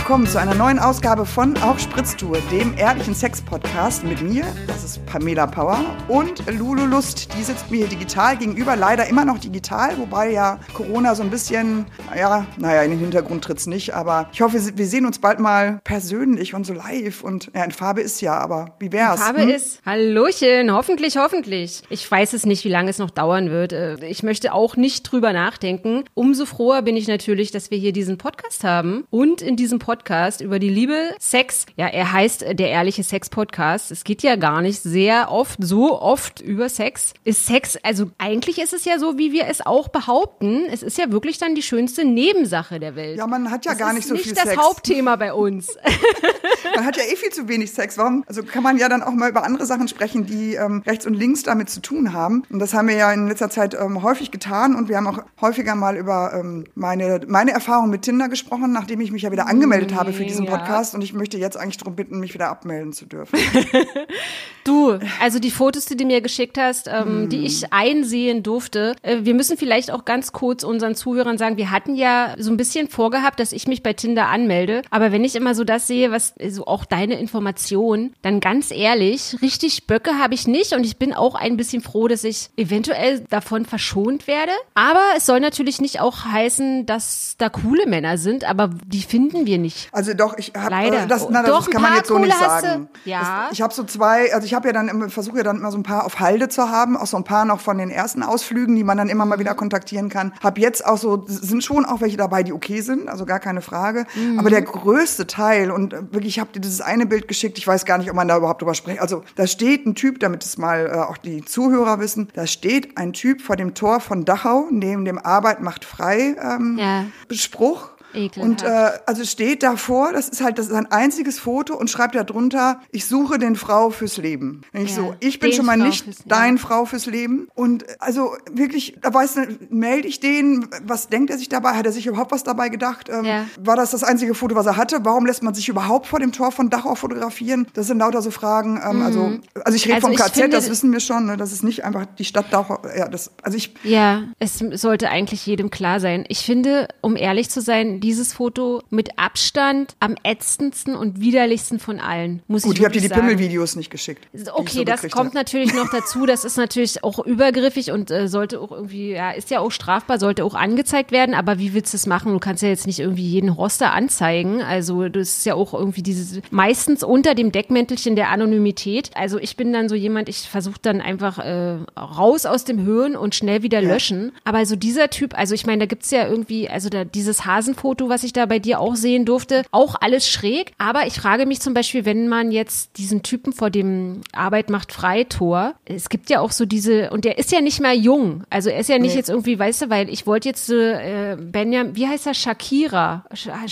willkommen zu einer neuen Ausgabe von Auf Spritztour, dem ehrlichen Sex-Podcast mit mir, das ist Pamela Power, und Lulu Lust. Die sitzt mir hier digital gegenüber, leider immer noch digital, wobei ja Corona so ein bisschen, in den Hintergrund tritt's nicht, aber ich hoffe, wir sehen uns bald mal persönlich und so live und in Farbe ist ja, aber wie wär's? In Farbe ist, Hallöchen, hoffentlich. Ich weiß es nicht, wie lange es noch dauern wird. Ich möchte auch nicht drüber nachdenken. Umso froher bin ich natürlich, dass wir hier diesen Podcast haben und in diesem Podcast über die Liebe, Sex, ja, er heißt der ehrliche Sex-Podcast. Es geht ja gar nicht so oft über Sex. Ist Sex, also eigentlich ist es ja so, wie wir es auch behaupten. Es ist ja wirklich dann die schönste Nebensache der Welt. Ja, man hat ja gar nicht so viel Sex. Das ist nicht das Hauptthema bei uns. Man hat ja viel zu wenig Sex. Warum? Also kann man ja dann auch mal über andere Sachen sprechen, die rechts und links damit zu tun haben. Und das haben wir ja in letzter Zeit häufig getan. Und wir haben auch häufiger mal über meine Erfahrung mit Tinder gesprochen, nachdem ich mich ja wieder angemeldet habe für diesen Podcast. Und ich möchte jetzt eigentlich darum bitten, mich wieder abmelden zu dürfen. Du, also die Fotos, die du mir geschickt hast, die ich einsehen durfte. Wir müssen vielleicht auch ganz kurz unseren Zuhörern sagen, wir hatten ja so ein bisschen vorgehabt, dass ich mich bei Tinder anmelde. Aber wenn ich immer so das sehe, was so auch deine Information, dann ganz ehrlich, richtig Böcke habe ich nicht. Und ich bin auch ein bisschen froh, dass ich eventuell davon verschont werde. Aber es soll natürlich nicht auch heißen, dass da coole Männer sind, aber die finden wir nicht. Also doch, ich habe das kann man jetzt so nicht sagen. Ja. Ich habe so zwei, also ich habe ja dann versuche ja dann immer so ein paar auf Halde zu haben, auch so ein paar noch von den ersten Ausflügen, die man dann immer mal wieder kontaktieren kann. Hab jetzt auch so, sind schon auch welche dabei, die okay sind, also gar keine Frage. Aber der größte Teil und wirklich, ich habe dir dieses eine Bild geschickt, ich weiß gar nicht, ob man da überhaupt drüber spricht. Also da steht ein Typ, damit es mal auch die Zuhörer wissen, da steht ein Typ vor dem Tor von Dachau, neben dem Arbeit macht frei Spruch. Ekelhaft. Und also steht davor, das ist ein einziges Foto und schreibt da drunter, ich suche den Frau fürs Leben. Ich bin schon mal nicht dein Frau fürs Leben. Und also wirklich, melde ich den, was denkt er sich dabei? Hat er sich überhaupt was dabei gedacht? War das einzige Foto, was er hatte? Warum lässt man sich überhaupt vor dem Tor von Dachau fotografieren? Das sind lauter so Fragen. Also ich rede vom KZ, das wissen wir schon. Ne? Das ist nicht einfach die Stadt Dachau. Es sollte eigentlich jedem klar sein. Ich finde, um ehrlich zu sein, dieses Foto mit Abstand am ätzendsten und widerlichsten von allen, muss ich wirklich sagen. Gut, ich habe dir die Pimmelvideos nicht geschickt. Okay, das kommt natürlich noch dazu. Das ist natürlich auch übergriffig und sollte auch irgendwie, ist ja auch strafbar, sollte auch angezeigt werden. Aber wie willst du es machen? Du kannst ja jetzt nicht irgendwie jeden Hoster anzeigen. Also das ist ja auch irgendwie meistens unter dem Deckmäntelchen der Anonymität. Also ich bin dann so jemand, ich versuche dann einfach raus aus dem Hirn und schnell wieder löschen. Aber so dieser Typ, also ich meine, da gibt's ja irgendwie, also dieses Hasenfoto, was ich da bei dir auch sehen durfte, auch alles schräg. Aber ich frage mich zum Beispiel, wenn man jetzt diesen Typen vor dem Arbeit macht frei Tor, es gibt ja auch so und der ist ja nicht mehr jung. Also er ist ja nicht jetzt irgendwie, weißt du, weil ich wollte jetzt Benjamin, wie heißt er? Shapira,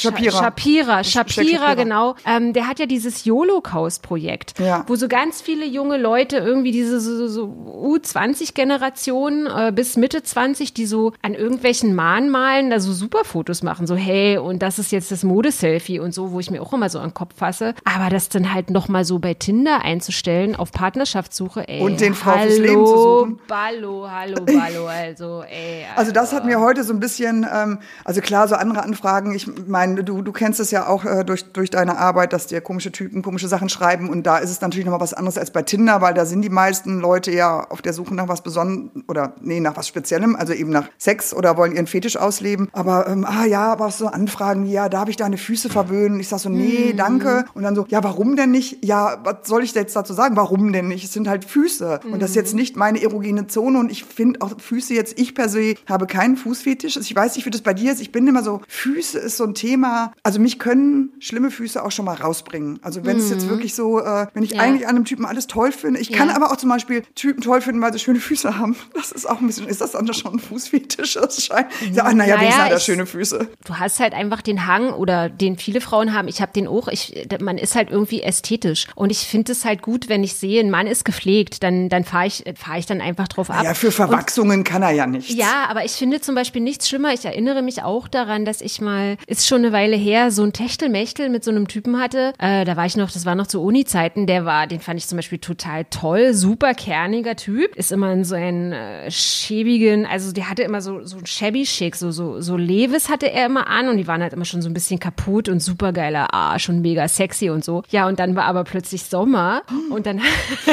genau. Der hat ja dieses Holocaust-Projekt, wo so ganz viele junge Leute irgendwie diese so U20-Generation bis Mitte 20, die so an irgendwelchen Mahnmalen da so super Fotos machen, so hey, und das ist jetzt das Modeselfie und so, wo ich mir auch immer so an den Kopf fasse. Aber das dann halt nochmal so bei Tinder einzustellen, auf Partnerschaftssuche, ey. Und den Frau fürs Leben zu suchen. Ballo, also, ey. Also das hat mir heute so ein bisschen, also klar, so andere Anfragen, ich meine, du kennst es ja auch durch deine Arbeit, dass dir komische Typen komische Sachen schreiben und da ist es natürlich nochmal was anderes als bei Tinder, weil da sind die meisten Leute ja auf der Suche nach was Besonderem nach was Speziellem, also eben nach Sex oder wollen ihren Fetisch ausleben. Aber aber so Anfragen, darf ich deine Füße verwöhnen? Ich sag so, nee, danke. Und dann so, warum denn nicht? Ja, was soll ich jetzt dazu sagen? Warum denn nicht? Es sind halt Füße. Und das ist jetzt nicht meine erogene Zone. Und ich finde auch Füße jetzt, ich per se habe keinen Fußfetisch. Ich weiß nicht, wie das bei dir ist. Ich bin immer so, Füße ist so ein Thema. Also mich können schlimme Füße auch schon mal rausbringen. Also wenn es jetzt wirklich so, wenn ich eigentlich an einem Typen alles toll finde. Ich kann aber auch zum Beispiel Typen toll finden, weil sie schöne Füße haben. Das ist auch ein bisschen, ist das dann schon ein Fußfetisch? Das scheint, wenigstens hat er schöne Füße. Du hast halt einfach den Hang, oder den viele Frauen haben, ich habe den auch, man ist halt irgendwie ästhetisch. Und ich finde es halt gut, wenn ich sehe, ein Mann ist gepflegt, dann fahr ich dann einfach drauf ab. Ja, für Verwachsungen kann er ja nichts. Ja, aber ich finde zum Beispiel nichts schlimmer. Ich erinnere mich auch daran, dass ich mal, ist schon eine Weile her, so ein Techtelmechtel mit so einem Typen hatte. Das war noch zu Uni-Zeiten, den fand ich zum Beispiel total toll, super kerniger Typ, ist immer in so einen schäbigen, also der hatte immer so ein shabby schick, so Levis hatte er immer an. an und die waren halt immer schon so ein bisschen kaputt und supergeiler Arsch und mega sexy und so. Ja, und dann war aber plötzlich Sommer und dann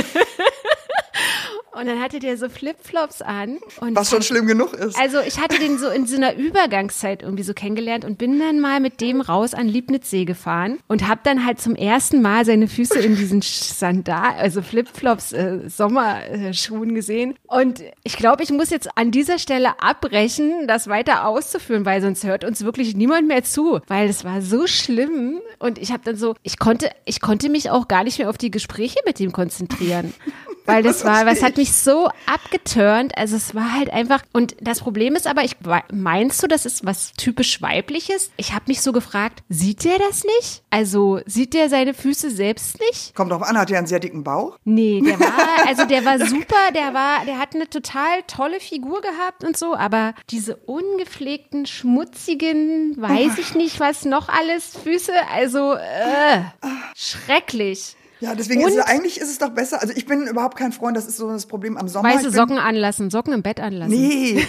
und dann hatte der so Flipflops an. Und was schon schlimm genug ist. Also ich hatte den so in so einer Übergangszeit irgendwie so kennengelernt und bin dann mal mit dem raus an Liebnitzsee gefahren und habe dann halt zum ersten Mal seine Füße in diesen also Flipflops, Sommerschuhen gesehen. Und ich glaube, ich muss jetzt an dieser Stelle abbrechen, das weiter auszuführen, weil sonst hört uns wirklich niemand mehr zu. Weil es war so schlimm und ich habe dann so, ich konnte mich auch gar nicht mehr auf die Gespräche mit ihm konzentrieren. Weil das hat mich so abgeturnt, also es war halt einfach, und das Problem ist aber, meinst du, das ist was typisch Weibliches? Ich habe mich so gefragt, sieht der das nicht? Also sieht der seine Füße selbst nicht? Kommt drauf an, hat der einen sehr dicken Bauch? Nee, der war super, der hat eine total tolle Figur gehabt und so, aber diese ungepflegten, schmutzigen, weiß ich nicht was noch alles, Füße, also schrecklich. Ja, deswegen eigentlich ist es doch besser. Also ich bin überhaupt kein Freund, das ist so das Problem am Sommer. Weiße Socken anlassen, Socken im Bett anlassen. Nee.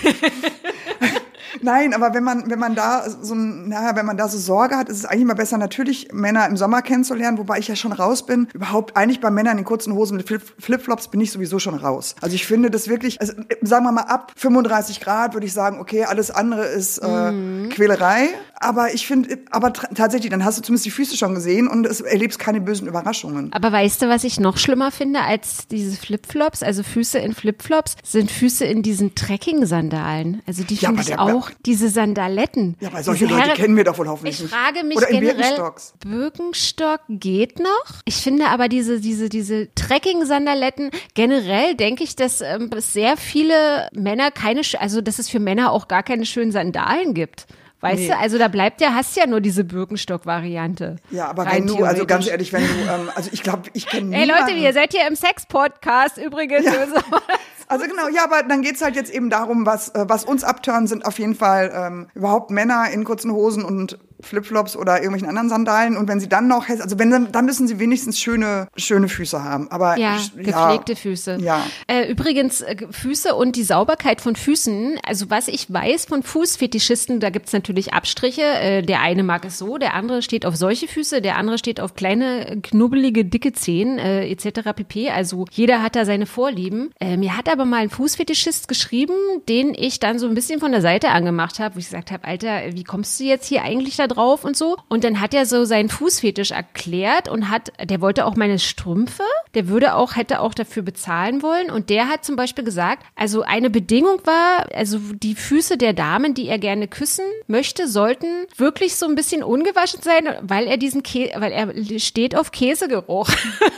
Nein, aber wenn man da so Sorge hat, ist es eigentlich mal besser, natürlich Männer im Sommer kennenzulernen, wobei ich ja schon raus bin. Überhaupt eigentlich bei Männern in kurzen Hosen mit Flipflops bin ich sowieso schon raus. Also ich finde das wirklich, also sagen wir mal ab 35 Grad würde ich sagen, okay, alles andere ist Quälerei. Aber ich finde, tatsächlich, dann hast du zumindest die Füße schon gesehen und es erlebst keine bösen Überraschungen. Aber weißt du, was ich noch schlimmer finde als diese Flipflops, also Füße in Flipflops, sind Füße in diesen Trekking-Sandalen. Also die finde ich auch, diese Sandaletten. Ja, weil solche Leute kennen wir doch wohl hoffentlich nicht. Ich frage mich oder generell, Birkenstock geht noch? Ich finde aber diese Trekking-Sandaletten, generell denke ich, dass es sehr viele Männer dass es für Männer auch gar keine schönen Sandalen gibt. Weißt du, also da hast ja nur diese Birkenstock-Variante. Ja, aber wenn du, also ganz ehrlich, wenn du, also ich glaube, ich kenne niemanden. Ey Leute, ihr seid hier im Sex-Podcast übrigens. Ja. Also genau, ja, aber dann geht's halt jetzt eben darum, was uns abtören, sind auf jeden Fall überhaupt Männer in kurzen Hosen und Flipflops oder irgendwelchen anderen Sandalen. Und wenn sie dann noch, dann müssen sie wenigstens schöne Füße haben. Aber gepflegte Füße. Ja. Übrigens, Füße und die Sauberkeit von Füßen, also was ich weiß von Fußfetischisten, da gibt's natürlich Abstriche. Der eine mag es so, der andere steht auf solche Füße, der andere steht auf kleine, knubbelige, dicke Zehen, etc. pp. Also jeder hat da seine Vorlieben. Mir hat aber mal ein Fußfetischist geschrieben, den ich dann so ein bisschen von der Seite angemacht habe, wo ich gesagt habe, Alter, wie kommst du jetzt hier eigentlich da drauf und so? Und dann hat er so seinen Fußfetisch erklärt und der wollte auch meine Strümpfe, der hätte auch dafür bezahlen wollen und der hat zum Beispiel gesagt, also eine Bedingung war, also die Füße der Damen, die er gerne küssen möchte, sollten wirklich so ein bisschen ungewaschen sein, weil er steht auf Käsegeruch.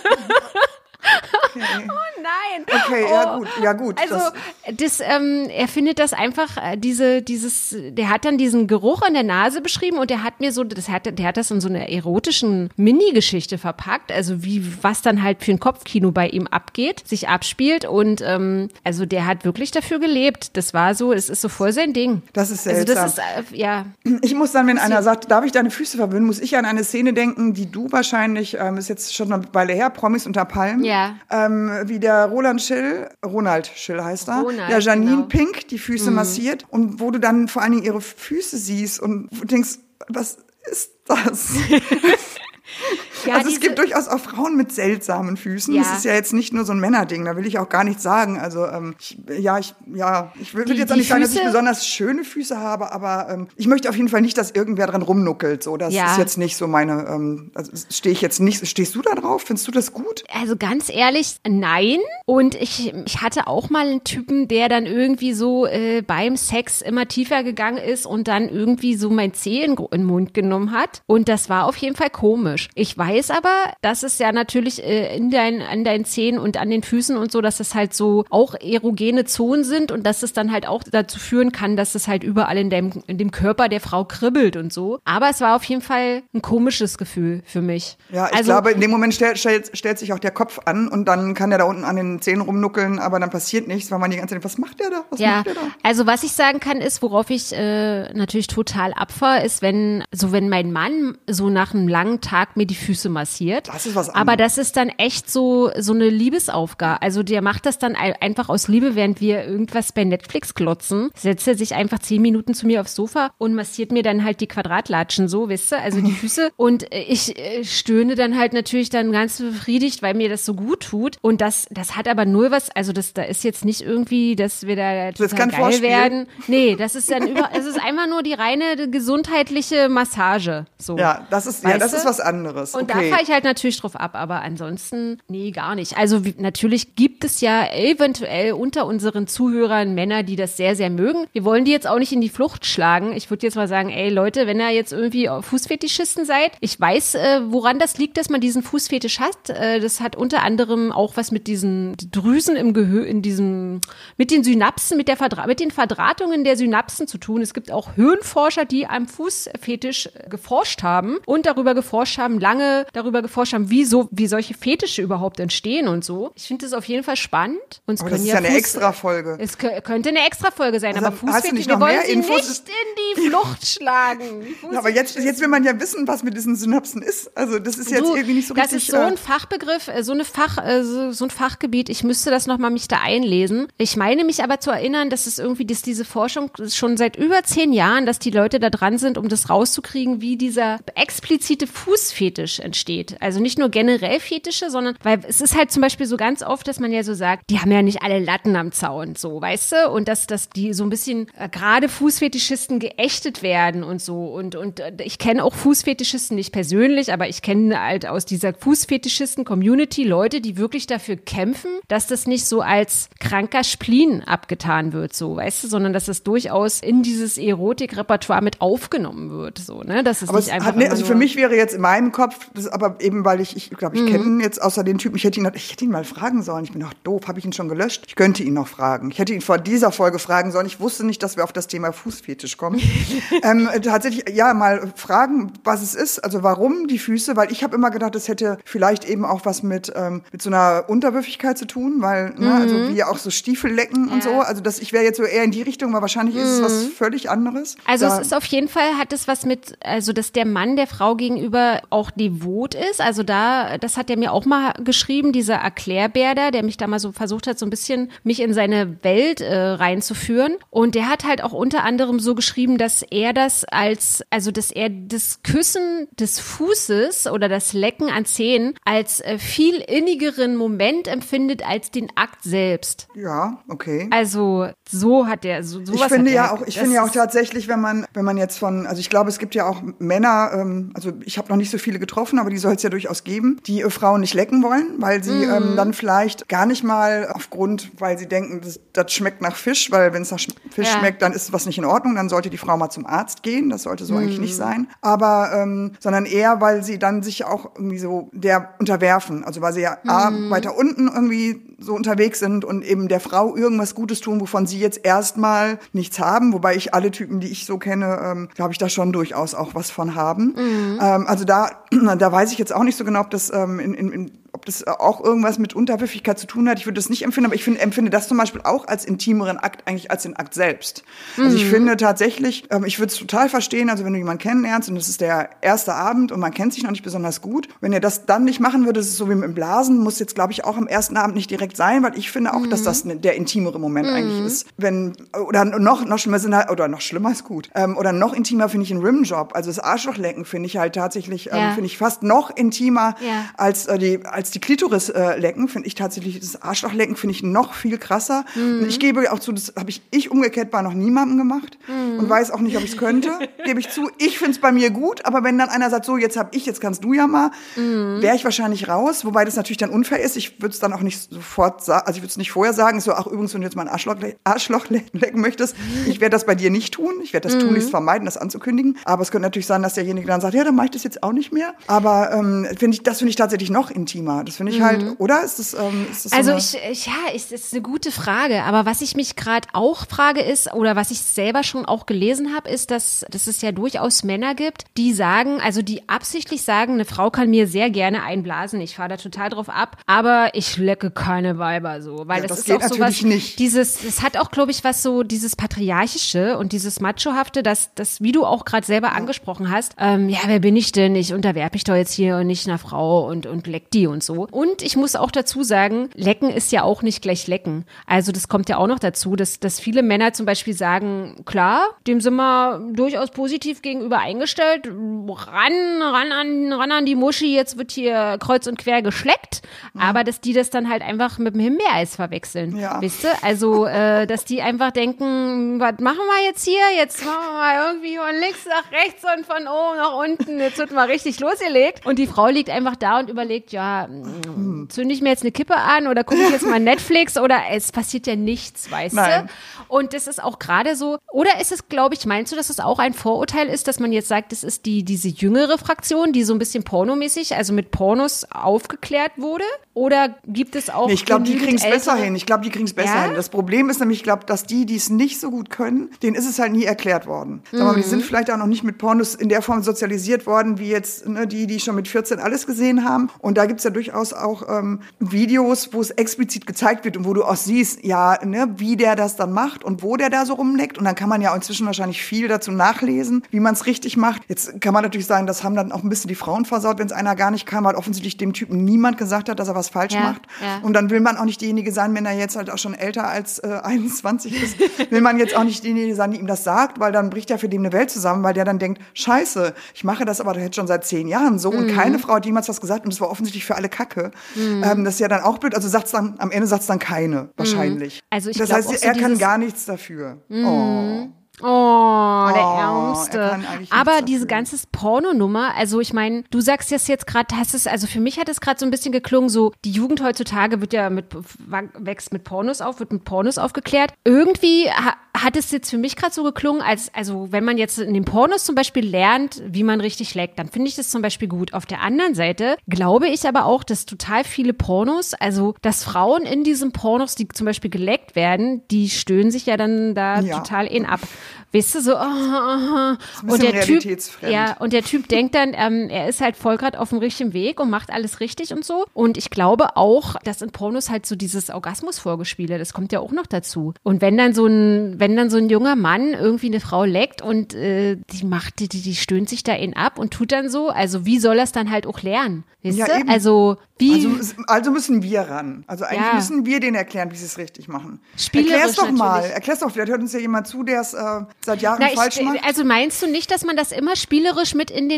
Okay. Oh nein. Okay, ja gut. Also er findet das einfach, der hat dann diesen Geruch an der Nase beschrieben und der hat mir so, der hat das in so einer erotischen Mini-Geschichte verpackt, also was dann halt für ein Kopfkino bei ihm sich abspielt und also der hat wirklich dafür gelebt. Das war so, es ist so voll sein Ding. Das ist seltsam. Also das ist, ja. Ich muss dann, wenn einer sagt, darf ich deine Füße verwöhnen, muss ich an eine Szene denken, die du wahrscheinlich, ist jetzt schon eine Weile her, Promis unter Palmen. Ja. Wie der Ronald Schill heißt er, der Janine Pink die Füße massiert und wo du dann vor allen Dingen ihre Füße siehst und denkst, was ist das? Ja, also es gibt durchaus auch Frauen mit seltsamen Füßen. Ja. Das ist ja jetzt nicht nur so ein Männerding, da will ich auch gar nichts sagen. Also ich will jetzt auch nicht sagen, dass ich besonders schöne Füße habe, aber ich möchte auf jeden Fall nicht, dass irgendwer dran rumnuckelt. So, das ist jetzt nicht so meine, stehe ich jetzt nicht. Stehst du da drauf? Findest du das gut? Also ganz ehrlich, nein. Und ich hatte auch mal einen Typen, der dann irgendwie so beim Sex immer tiefer gegangen ist und dann irgendwie so mein Zeh in den Mund genommen hat. Und das war auf jeden Fall komisch. Ich weiß aber, dass es ja natürlich an deinen Zehen und an den Füßen und so, dass es halt so auch erogene Zonen sind und dass es dann halt auch dazu führen kann, dass es halt überall in dem Körper der Frau kribbelt und so. Aber es war auf jeden Fall ein komisches Gefühl für mich. Ja, ich glaube, in dem Moment stellt sich auch der Kopf an und dann kann der da unten an den Zähnen rumnuckeln, aber dann passiert nichts, weil man die ganze Zeit, was macht der da? Macht der da? Also was ich sagen kann ist, worauf ich natürlich total abfahre, ist, wenn mein Mann so nach einem langen Tag mir die Füße Füße massiert. Das ist was anderes. Aber das ist dann echt so eine Liebesaufgabe. Also der macht das dann einfach aus Liebe, während wir irgendwas bei Netflix glotzen, setzt er sich einfach 10 Minuten zu mir aufs Sofa und massiert mir dann halt die Quadratlatschen so, weißt du, also die Füße. Und ich stöhne dann halt natürlich dann ganz befriedigt, weil mir das so gut tut. Und das hat aber nur was, also da ist jetzt nicht irgendwie, dass wir da total geil werden. Nee, das ist dann es ist einfach nur die reine gesundheitliche Massage. So. Ja, das ist was anderes. Und da fahre ich halt natürlich drauf ab, aber ansonsten, nee, gar nicht. Also natürlich gibt es ja eventuell unter unseren Zuhörern Männer, die das sehr, sehr mögen. Wir wollen die jetzt auch nicht in die Flucht schlagen. Ich würde jetzt mal sagen, ey Leute, wenn ihr jetzt irgendwie Fußfetischisten seid, ich weiß, woran das liegt, dass man diesen Fußfetisch hat. Das hat unter anderem auch was mit diesen Drüsen im Gehirn, mit den Synapsen, mit den Verdrahtungen der Synapsen zu tun. Es gibt auch Hirnforscher, die am Fußfetisch geforscht haben und lange darüber geforscht haben, wie solche Fetische überhaupt entstehen und so. Ich finde das auf jeden Fall spannend. Und aber das ist ja eine Extra-Folge. Es könnte eine Extra-Folge sein, also, aber Fußfetisch, wir wollen sie nicht in die Flucht schlagen. Ja, aber jetzt will man ja wissen, was mit diesen Synapsen ist. Also das ist jetzt irgendwie nicht so richtig. Das ist so ein Fachbegriff, so ein Fachgebiet. Ich müsste das nochmal mich da einlesen. Ich meine mich aber zu erinnern, dass diese Forschung schon seit über 10 Jahren, dass die Leute da dran sind, um das rauszukriegen, wie dieser explizite Fußfetisch entsteht. Also nicht nur generell Fetische, sondern, weil es ist halt zum Beispiel so ganz oft, dass man ja so sagt, die haben ja nicht alle Latten am Zaun, so, weißt du? Und dass die so ein bisschen gerade Fußfetischisten geächtet werden und so. Und ich kenne auch Fußfetischisten nicht persönlich, aber ich kenne halt aus dieser Fußfetischisten-Community Leute, die wirklich dafür kämpfen, dass das nicht so als kranker Spleen abgetan wird, so, weißt du, sondern dass das durchaus in dieses Erotik-Repertoire mit aufgenommen wird, so, ne? Das ist aber nicht einfach also für mich wäre jetzt in meinem Kopf, das aber eben, weil ich glaube, ich kenne ihn jetzt außer den Typen, ich hätte ihn mal fragen sollen. Ich bin doch doof, habe ich ihn schon gelöscht? Ich könnte ihn noch fragen. Ich hätte ihn vor dieser Folge fragen sollen. Ich wusste nicht, dass wir auf das Thema Fußfetisch kommen. Tatsächlich, ja, mal fragen, was es ist, also warum die Füße, weil ich habe immer gedacht, das hätte vielleicht eben auch was mit so einer Unterwürfigkeit zu tun, weil, also wie auch so Stiefel lecken und so, also ich wäre jetzt so eher in die Richtung, weil wahrscheinlich ist es was völlig anderes. Also es ist auf jeden Fall, hat es was mit, also dass der Mann der Frau gegenüber auch devot ist, also das hat er mir auch mal geschrieben, dieser Erklärbär, der mich da mal so versucht hat, so ein bisschen mich in seine Welt reinzuführen, und der hat halt auch unter anderem so geschrieben, dass er dass er das Küssen des Fußes oder das Lecken an Zehen als viel innigeren Moment empfindet als den Akt selbst. Ja, okay. Also so hat er sowas. Ich finde ja auch tatsächlich, wenn man jetzt also ich glaube, es gibt ja auch Männer, also ich habe noch nicht so viele getroffen, aber die soll es ja durchaus geben, die Frauen nicht lecken wollen, weil sie dann vielleicht gar nicht mal weil sie denken, das schmeckt nach Fisch, weil wenn es nach Fisch schmeckt, dann ist was nicht in Ordnung, dann sollte die Frau mal zum Arzt gehen, das sollte so eigentlich nicht sein, aber sondern eher, weil sie dann sich auch irgendwie so der unterwerfen, also weil sie ja weiter unten irgendwie so unterwegs sind und eben der Frau irgendwas Gutes tun, wovon sie jetzt erstmal nichts haben, wobei ich alle Typen, die ich so kenne, glaube ich, da schon durchaus auch was von haben. Also da weiß ich jetzt auch nicht so genau, ob das ob das auch irgendwas mit Unterwürfigkeit zu tun hat. Ich würde das nicht empfinden, aber ich empfinde das zum Beispiel auch als intimeren Akt eigentlich als den Akt selbst. Also ich finde tatsächlich, ich würde es total verstehen, also wenn du jemanden kennenlernst und das ist der erste Abend und man kennt sich noch nicht besonders gut, wenn ihr das dann nicht machen würdet, das ist so wie mit dem Blasen, muss jetzt, glaube ich, auch am ersten Abend nicht direkt sein, weil ich finde auch, dass das der intimere Moment eigentlich ist. Oder noch schlimmer ist gut. Oder noch intimer finde ich einen Rimjob. Also das Arschlochlecken finde ich halt tatsächlich, finde ich fast noch intimer als die Klitoris lecken, finde ich tatsächlich, das Arschlochlecken finde ich noch viel krasser. Und ich gebe auch zu, das habe ich umgekehrt bei noch niemandem gemacht und weiß auch nicht, ob ich es könnte, gebe ich zu. Ich finde es bei mir gut, aber wenn dann einer sagt, so, jetzt kannst du ja mal, wäre ich wahrscheinlich raus, wobei das natürlich dann unfair ist. Ich würde es dann auch nicht sofort sagen, also ich würde es nicht vorher sagen, so, ach übrigens, wenn du jetzt mal ein Arschloch lecken möchtest, ich werde das bei dir nicht tun, ich werde das tunlichst vermeiden, das anzukündigen, aber es könnte natürlich sein, dass derjenige dann sagt, ja, dann mache ich das jetzt auch nicht mehr, aber das finde ich tatsächlich noch intimer. Das finde ich halt, oder? Ist das also ist eine gute Frage, aber was ich mich gerade auch frage ist, oder was ich selber schon auch auch gelesen habe, ist, dass es ja durchaus Männer gibt, die sagen, also die absichtlich sagen, eine Frau kann mir sehr gerne einblasen, ich fahre da total drauf ab, aber ich lecke keine Weiber so, weil das ist geht auch sowas, nicht. Das hat auch, glaube ich, was so dieses Patriarchische und dieses Machohafte, das wie du auch gerade selber angesprochen hast, wer bin ich denn? Ich unterwerfe mich doch jetzt hier und nicht einer Frau und leck die und so. Und ich muss auch dazu sagen, lecken ist ja auch nicht gleich lecken. Also das kommt ja auch noch dazu, dass viele Männer zum Beispiel sagen, klar, dem sind wir durchaus positiv gegenüber eingestellt, ran an die Muschi, jetzt wird hier kreuz und quer geschleckt, aber dass die das dann halt einfach mit dem Himbeereis verwechseln, wisst ihr? Also, dass die einfach denken, was machen wir jetzt hier? Jetzt machen wir mal irgendwie von links nach rechts und von oben nach unten, jetzt wird mal richtig losgelegt und die Frau liegt einfach da und überlegt, zünde ich mir jetzt eine Kippe an oder gucke ich jetzt mal Netflix oder es passiert ja nichts, weißt du? Und das ist auch gerade so, oder ist es, glaube ich, meinst du, dass es auch ein Vorurteil ist, dass man jetzt sagt, das ist diese jüngere Fraktion, die so ein bisschen pornomäßig, also mit Pornos aufgeklärt wurde? Oder gibt es auch ich glaube, die kriegen es besser hin. hin. Das Problem ist nämlich, ich glaube, dass die es nicht so gut können, denen ist es halt nie erklärt worden. Sagen wir mal, die sind vielleicht auch noch nicht mit Pornos in der Form sozialisiert worden, wie jetzt die schon mit 14 alles gesehen haben. Und da gibt's ja durchaus auch Videos, wo es explizit gezeigt wird und wo du auch siehst, wie der das dann macht und wo der da so rumleckt. Und dann kann man ja inzwischen wahrscheinlich viel dazu nachlesen, wie man es richtig macht. Jetzt kann man natürlich sagen, das haben dann auch ein bisschen die Frauen versaut, wenn es einer gar nicht kam, weil offensichtlich dem Typen niemand gesagt hat, dass er was falsch macht. Ja. Und dann will man auch nicht diejenige sein, wenn er jetzt halt auch schon älter als 21 ist, will man jetzt auch nicht diejenige sein, die ihm das sagt, weil dann bricht ja für den eine Welt zusammen, weil der dann denkt, scheiße, ich mache das aber jetzt schon seit 10 Jahren so und keine Frau hat jemals was gesagt und das war offensichtlich für alle Kacke. Das ist ja dann auch blöd, also am Ende sagt es dann keine, wahrscheinlich. Also das heißt, er kann gar nichts dafür. Oh, der Ärmste. Aber diese ganze Pornonummer, also ich meine, du sagst jetzt gerade, also für mich hat es gerade so ein bisschen geklungen, so die Jugend heutzutage wächst mit Pornos auf, wird mit Pornos aufgeklärt. Irgendwie hat es jetzt für mich gerade so geklungen, also wenn man jetzt in den Pornos zum Beispiel lernt, wie man richtig leckt, dann finde ich das zum Beispiel gut. Auf der anderen Seite glaube ich aber auch, dass total viele Pornos, also dass Frauen in diesen Pornos, die zum Beispiel geleckt werden, die stöhnen sich ja dann da total ab. Weißt du, so, und der Typ denkt dann, er ist halt voll gerade auf dem richtigen Weg und macht alles richtig und so. Und ich glaube auch, dass in Pornos halt so dieses Orgasmus-Vorgespiele, das kommt ja auch noch dazu. Und wenn dann so ein junger Mann irgendwie eine Frau leckt und die stöhnt sich da ab und tut dann so, also wie soll er es dann halt auch lernen? Weißt du? Eben. Also müssen wir ran. Also eigentlich müssen wir denen erklären, wie sie es richtig machen. Spielerisch Erklär's doch, vielleicht hört uns ja jemand zu, der es seit Jahren falsch macht. Also meinst du nicht, dass man das immer spielerisch mit in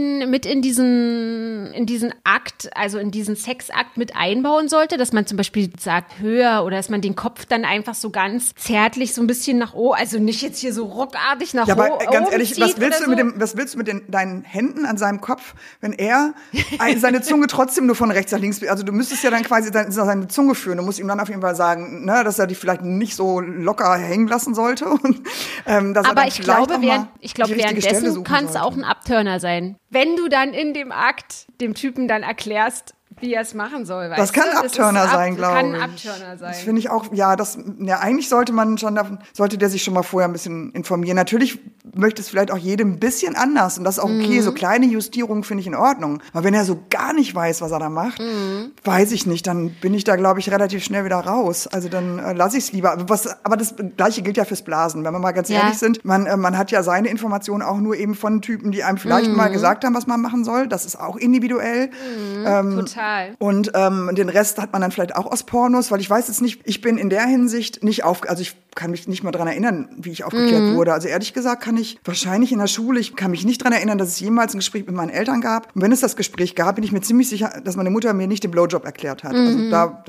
diesen Akt, also in diesen Sexakt mit einbauen sollte, dass man zum Beispiel sagt höher oder dass man den Kopf dann einfach so ganz zärtlich so ein bisschen nach oben, also nicht jetzt hier so ruckartig nach oben. Ja, aber ganz ehrlich, was willst du mit deinen Händen an seinem Kopf, wenn er seine Zunge trotzdem nur von rechts nach links, also du müsstest ja dann quasi seine Zunge führen, du musst ihm dann auf jeden Fall sagen, dass er die vielleicht nicht so locker hängen lassen sollte. Und, aber ich glaube, währenddessen kann es auch ein Upturner sein. Wenn du dann in dem Akt dem Typen dann erklärst, wie er es machen soll. Das kann ein Upturner sein, glaube ich. Kann ein Upturner sein. Das finde ich auch, eigentlich sollte der sich schon mal vorher ein bisschen informieren. Natürlich möchte es vielleicht auch jedem ein bisschen anders und das ist auch okay. So kleine Justierungen finde ich in Ordnung. Aber wenn er so gar nicht weiß, was er da macht, weiß ich nicht, dann bin ich da, glaube ich, relativ schnell wieder raus. Also dann lasse ich es lieber. Aber das Gleiche gilt ja fürs Blasen. Wenn wir mal ganz ehrlich sind, man hat ja seine Informationen auch nur eben von Typen, die einem vielleicht mal gesagt haben, was man machen soll. Das ist auch individuell. Total. Und den Rest hat man dann vielleicht auch aus Pornos, weil ich weiß jetzt nicht, ich bin in der Hinsicht nicht also ich kann mich nicht mal dran erinnern, wie ich aufgeklärt wurde. Also ehrlich gesagt kann ich wahrscheinlich in der Schule, ich kann mich nicht dran erinnern, dass es jemals ein Gespräch mit meinen Eltern gab. Und wenn es das Gespräch gab, bin ich mir ziemlich sicher, dass meine Mutter mir nicht den Blowjob erklärt hat. Also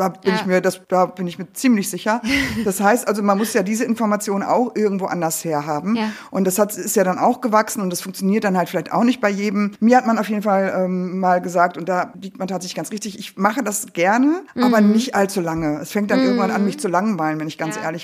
da bin ich mir ziemlich sicher. Das heißt also, man muss ja diese Information auch irgendwo anders herhaben. Ja. Und das ist ja dann auch gewachsen und das funktioniert dann halt vielleicht auch nicht bei jedem. Mir hat man auf jeden Fall mal gesagt, und da liegt man tatsächlich ganz richtig, ich mache das gerne, aber nicht allzu lange. Es fängt dann irgendwann an, mich zu langweilen, wenn ich ganz ehrlich bin. Weil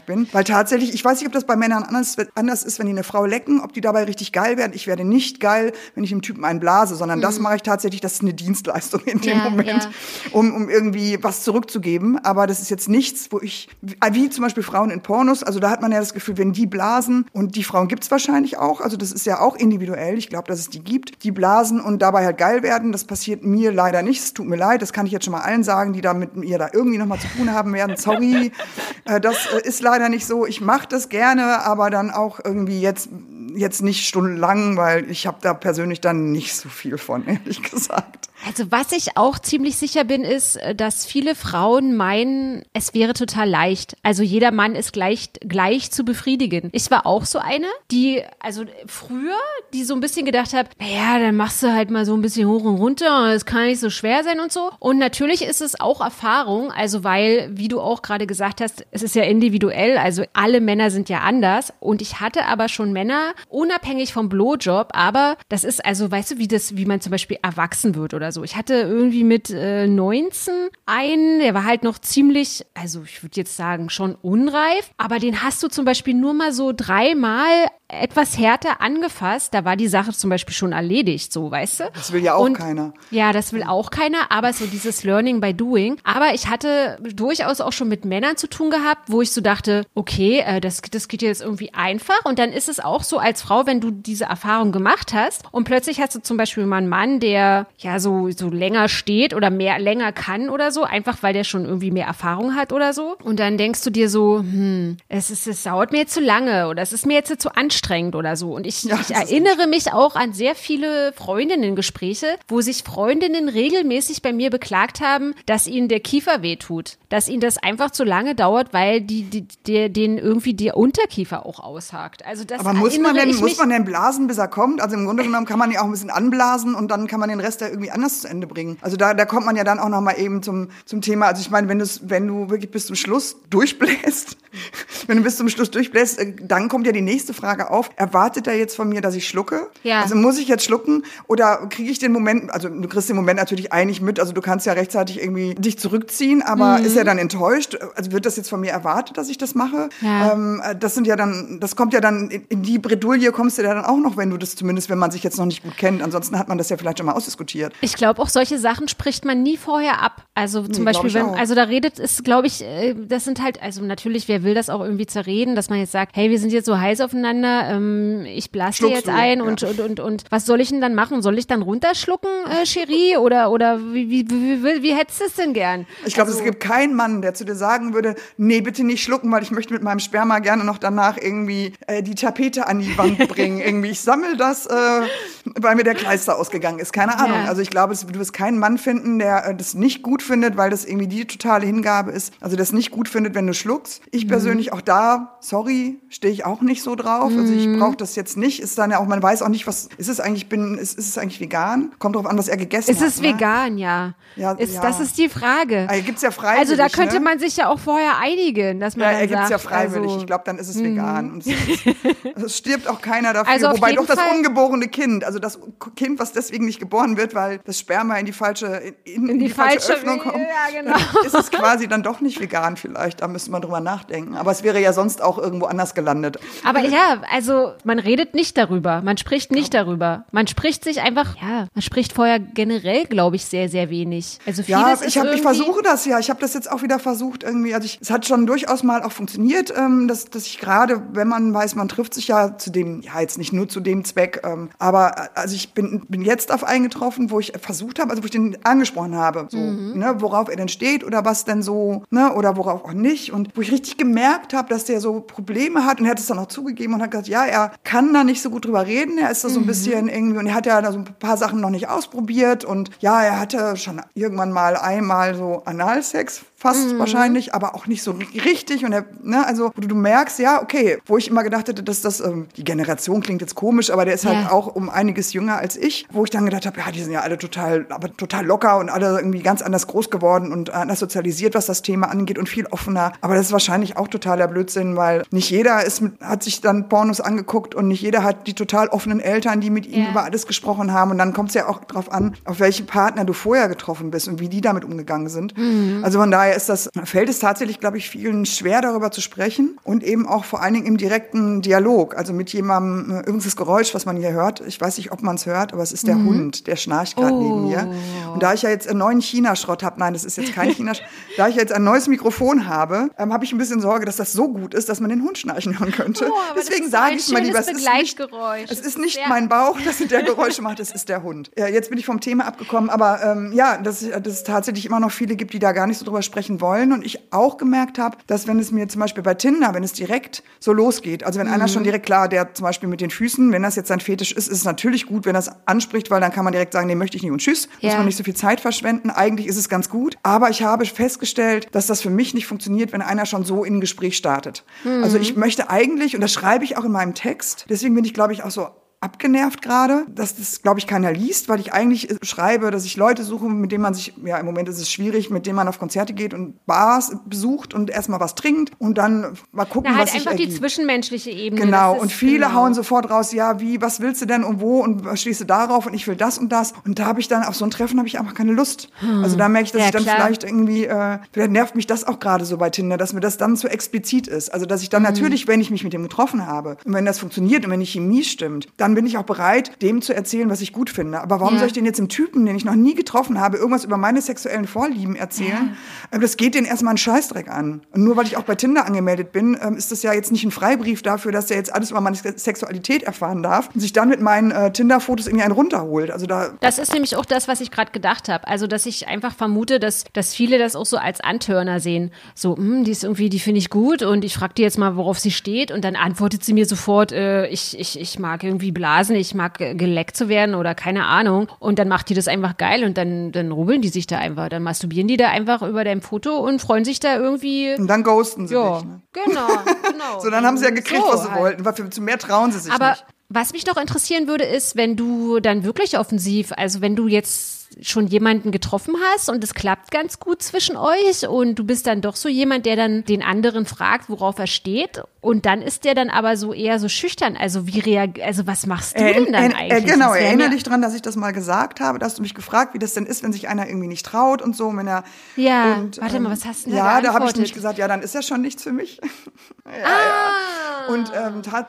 tatsächlich, ich weiß nicht, ob das bei Männern anders ist, wenn die eine Frau lecken, ob die dabei richtig geil werden. Ich werde nicht geil, wenn ich dem Typen einen blase, sondern das mache ich tatsächlich, das ist eine Dienstleistung in dem Moment, um irgendwie was zurückzugeben. Aber das ist jetzt nichts, wo ich, wie zum Beispiel Frauen in Pornos, also da hat man ja das Gefühl, wenn die blasen, und die Frauen gibt's wahrscheinlich auch, also das ist ja auch individuell, ich glaube, dass es die gibt, die blasen und dabei halt geil werden. Das passiert mir leider nicht, es tut mir leid, das kann ich jetzt schon mal allen sagen, die da mit mir da irgendwie nochmal zu tun haben werden. Sorry, das ist leider nicht so. Ich mache das gerne, aber dann auch irgendwie jetzt nicht stundenlang, weil ich habe da persönlich dann nicht so viel von, ehrlich gesagt. Also was ich auch ziemlich sicher bin, ist, dass viele Frauen meinen, es wäre total leicht. Also jeder Mann ist gleich zu befriedigen. Ich war auch so eine, die, also früher, die so ein bisschen gedacht hat, naja, dann machst du halt mal so ein bisschen hoch und runter, es kann nicht so schwer sein und so. Und natürlich ist es auch Erfahrung, also weil, wie du auch gerade gesagt hast, es ist ja individuell, also alle Männer sind ja anders. Und ich hatte aber schon Männer, unabhängig vom Blowjob, aber das ist, also weißt du, wie man zum Beispiel erwachsen wird oder so. Ich hatte irgendwie mit 19 einen, der war halt noch ziemlich, also ich würde jetzt sagen, schon unreif, aber den hast du zum Beispiel nur mal so 3-mal etwas härter angefasst, da war die Sache zum Beispiel schon erledigt, so, weißt du? Das will ja auch keiner. Ja, das will auch keiner, aber so dieses Learning by Doing. Aber ich hatte durchaus auch schon mit Männern zu tun gehabt, wo ich so dachte, okay, das geht jetzt irgendwie einfach. Und dann ist es auch so als Frau, wenn du diese Erfahrung gemacht hast und plötzlich hast du zum Beispiel mal einen Mann, der ja so länger steht oder länger kann oder so, einfach weil der schon irgendwie mehr Erfahrung hat oder so. Und dann denkst du dir so, es dauert mir jetzt zu lange oder es ist mir jetzt zu anstrengend oder so. Und ich erinnere mich auch an sehr viele Freundinnen-Gespräche, wo sich Freundinnen regelmäßig bei mir beklagt haben, dass ihnen der Kiefer wehtut. Dass ihnen das einfach zu lange dauert, weil denen irgendwie der Unterkiefer auch aushakt. Also das aber muss man denn blasen, bis er kommt? Also im Grunde genommen kann man ja auch ein bisschen anblasen und dann kann man den Rest ja irgendwie anders zu Ende bringen. Also da kommt man ja dann auch noch mal eben zum Thema. Also ich meine, wenn du wirklich bis zum Schluss durchbläst, dann kommt ja die nächste Frage auf. Erwartet er jetzt von mir, dass ich schlucke? Ja. Also muss ich jetzt schlucken oder kriege ich den Moment, also du kriegst den Moment natürlich eigentlich mit, also du kannst ja rechtzeitig irgendwie dich zurückziehen, aber ist er dann enttäuscht? Also wird das jetzt von mir erwartet, dass ich das mache? Ja. Das kommt ja dann in die Bredouille kommst du ja dann auch noch, wenn du das zumindest, wenn man sich jetzt noch nicht gut kennt. Ansonsten hat man das ja vielleicht schon mal ausdiskutiert. Ich glaube, auch solche Sachen spricht man nie vorher ab. Also zum Beispiel, da redet es, glaube ich, das sind halt, also natürlich, wer will das auch irgendwie zerreden, dass man jetzt sagt, hey, wir sind jetzt so heiß aufeinander, ich blase dir jetzt ein und was soll ich denn dann machen? Soll ich dann runterschlucken, Cherie? Oder wie hättest du es denn gern? Ich glaube, es gibt keinen Mann, der zu dir sagen würde, nee, bitte nicht schlucken, weil ich möchte mit meinem Sperma gerne noch danach irgendwie die Tapete an die Wand bringen. Irgendwie, ich sammle das, weil mir der Kleister ausgegangen ist. Keine Ahnung. Ja. Also ich glaube, du wirst keinen Mann finden, der das nicht gut findet, weil das irgendwie die totale Hingabe ist. Also das nicht gut findet, wenn du schluckst. Ich persönlich auch da, sorry, stehe ich auch nicht so drauf. Also ich brauche das jetzt nicht. Ist dann ja auch, man weiß auch nicht, was ist es eigentlich, ist es eigentlich vegan? Kommt drauf an, was er gegessen hat. Ist es vegan, ja. Das ist die Frage. Gibt's ja freiwillig. Also da könnte man sich ja auch vorher einigen, dass man dann sagt. Ja, gibt's ja freiwillig. Also, ich glaube, dann ist es vegan. Und es stirbt auch keiner dafür. Also wobei doch das ungeborene Kind, also das Kind, was deswegen nicht geboren wird, weil das Sperma in die falsche Öffnung kommt, ja, genau. Ist es quasi dann doch nicht vegan vielleicht. Da müsste man drüber nachdenken. Aber es wäre ja sonst auch irgendwo anders gelandet. Aber ja, also man redet nicht darüber. Man spricht nicht darüber. Man spricht sich einfach, man spricht vorher generell, glaube ich, sehr, sehr wenig. Also vieles ich versuche das ja. Ich habe das jetzt auch wieder versucht irgendwie. Also es hat schon durchaus mal auch funktioniert, dass ich gerade, wenn man weiß, man trifft sich ja zu dem, jetzt nicht nur zu dem Zweck, aber also ich bin jetzt auf einen getroffen, wo ich versucht habe, also wo ich den angesprochen habe, so, worauf er denn steht oder was denn so, oder worauf auch nicht. Und wo ich richtig gemerkt habe, dass der so Probleme hat und er hat es dann auch zugegeben und hat gesagt, ja, er kann da nicht so gut drüber reden, er ist da so ein bisschen irgendwie und er hat ja da so ein paar Sachen noch nicht ausprobiert und ja, er hatte schon irgendwann mal einmal so Analsex, fast wahrscheinlich, aber auch nicht so richtig und also wo du merkst, ja, okay, wo ich immer gedacht hätte, dass das, die Generation klingt jetzt komisch, aber der ist halt auch um einiges jünger als ich, wo ich dann gedacht habe, ja, die sind ja alle total locker und alle irgendwie ganz anders groß geworden und anders sozialisiert, was das Thema angeht und viel offener, aber das ist wahrscheinlich auch totaler Blödsinn, weil nicht jeder hat sich dann Pornos angeguckt und nicht jeder hat die total offenen Eltern, die mit ihm über alles gesprochen haben und dann kommt es ja auch drauf an, auf welchen Partner du vorher getroffen bist und wie die damit umgegangen sind. Also von daher daher fällt es tatsächlich, glaube ich, vielen schwer, darüber zu sprechen und eben auch vor allen Dingen im direkten Dialog, also mit jemandem, irgendwas Geräusch, was man hier hört. Ich weiß nicht, ob man es hört, aber es ist der Hund, der schnarcht gerade neben mir. Und da ich ja jetzt einen neuen China-Schrott habe, nein, das ist jetzt kein China-Schrott, da ich jetzt ein neues Mikrofon habe, habe ich ein bisschen Sorge, dass das so gut ist, dass man den Hund schnarchen hören könnte. Deswegen sage ich mal lieber, es ist nicht mein Bauch, das der Geräusche macht, es ist der Hund. Ja, jetzt bin ich vom Thema abgekommen, aber dass es tatsächlich immer noch viele gibt, die da gar nicht so drüber sprechen wollen. Und ich auch gemerkt habe, dass wenn es mir zum Beispiel bei Tinder, wenn es direkt so losgeht, also wenn einer schon direkt klar, der zum Beispiel mit den Füßen, wenn das jetzt sein Fetisch ist, ist es natürlich gut, wenn das anspricht, weil dann kann man direkt sagen, nee, möchte ich nicht und tschüss, muss man nicht so viel Zeit verschwenden. Eigentlich ist es ganz gut, aber ich habe festgestellt, dass das für mich nicht funktioniert, wenn einer schon so in ein Gespräch startet. Also ich möchte eigentlich, und das schreibe ich auch in meinem Text, deswegen bin ich, glaube ich, auch so abgenervt gerade, dass das, glaube ich, keiner liest, weil ich eigentlich schreibe, dass ich Leute suche, mit denen man sich, ja, im Moment ist es schwierig, mit denen man auf Konzerte geht und Bars besucht und erstmal was trinkt und dann mal gucken, was sich ergibt. Einfach die zwischenmenschliche Ebene. Genau, und viele hauen sofort raus, ja, was willst du denn und wo und was stehst du darauf und ich will das und das. Und da habe ich dann, auf so ein Treffen habe ich einfach keine Lust. Also da merke ich, dass ich dann vielleicht irgendwie, vielleicht nervt mich das auch gerade so bei Tinder, dass mir das dann zu explizit ist. Also dass ich dann natürlich, wenn ich mich mit dem getroffen habe und wenn das funktioniert und wenn die Chemie stimmt, dann bin ich auch bereit, dem zu erzählen, was ich gut finde. Aber warum soll ich denn jetzt einem Typen, den ich noch nie getroffen habe, irgendwas über meine sexuellen Vorlieben erzählen? Das geht den erstmal einen Scheißdreck an. Und nur weil ich auch bei Tinder angemeldet bin, ist das ja jetzt nicht ein Freibrief dafür, dass der jetzt alles über meine Sexualität erfahren darf und sich dann mit meinen Tinder-Fotos irgendwie einen runterholt. Also das ist nämlich auch das, was ich gerade gedacht habe. Also, dass ich einfach vermute, dass viele das auch so als Antörner sehen. So, die ist irgendwie, die finde ich gut und ich frage die jetzt mal, worauf sie steht und dann antwortet sie mir sofort, ich mag irgendwie Blasen, ich mag geleckt zu werden oder keine Ahnung. Und dann macht die das einfach geil und dann rubbeln die sich da einfach. Dann masturbieren die da einfach über dein Foto und freuen sich da irgendwie. Und dann ghosten sie dich. Ne? Genau. So, dann haben sie ja gekriegt, was sie wollten. Zu mehr trauen sie sich nicht. Was mich noch interessieren würde, ist, wenn du dann wirklich offensiv, also wenn du jetzt schon jemanden getroffen hast und es klappt ganz gut zwischen euch und du bist dann doch so jemand, der dann den anderen fragt, worauf er steht und dann ist der dann aber so eher so schüchtern. Also was machst du denn dann eigentlich? Genau, erinnere dich dran, dass ich das mal gesagt habe, da hast du mich gefragt, wie das denn ist, wenn sich einer irgendwie nicht traut und so. Wenn er, warte mal, was hast du denn da geantwortet? Ja, da habe ich nämlich gesagt, ja, dann ist ja schon nichts für mich. Und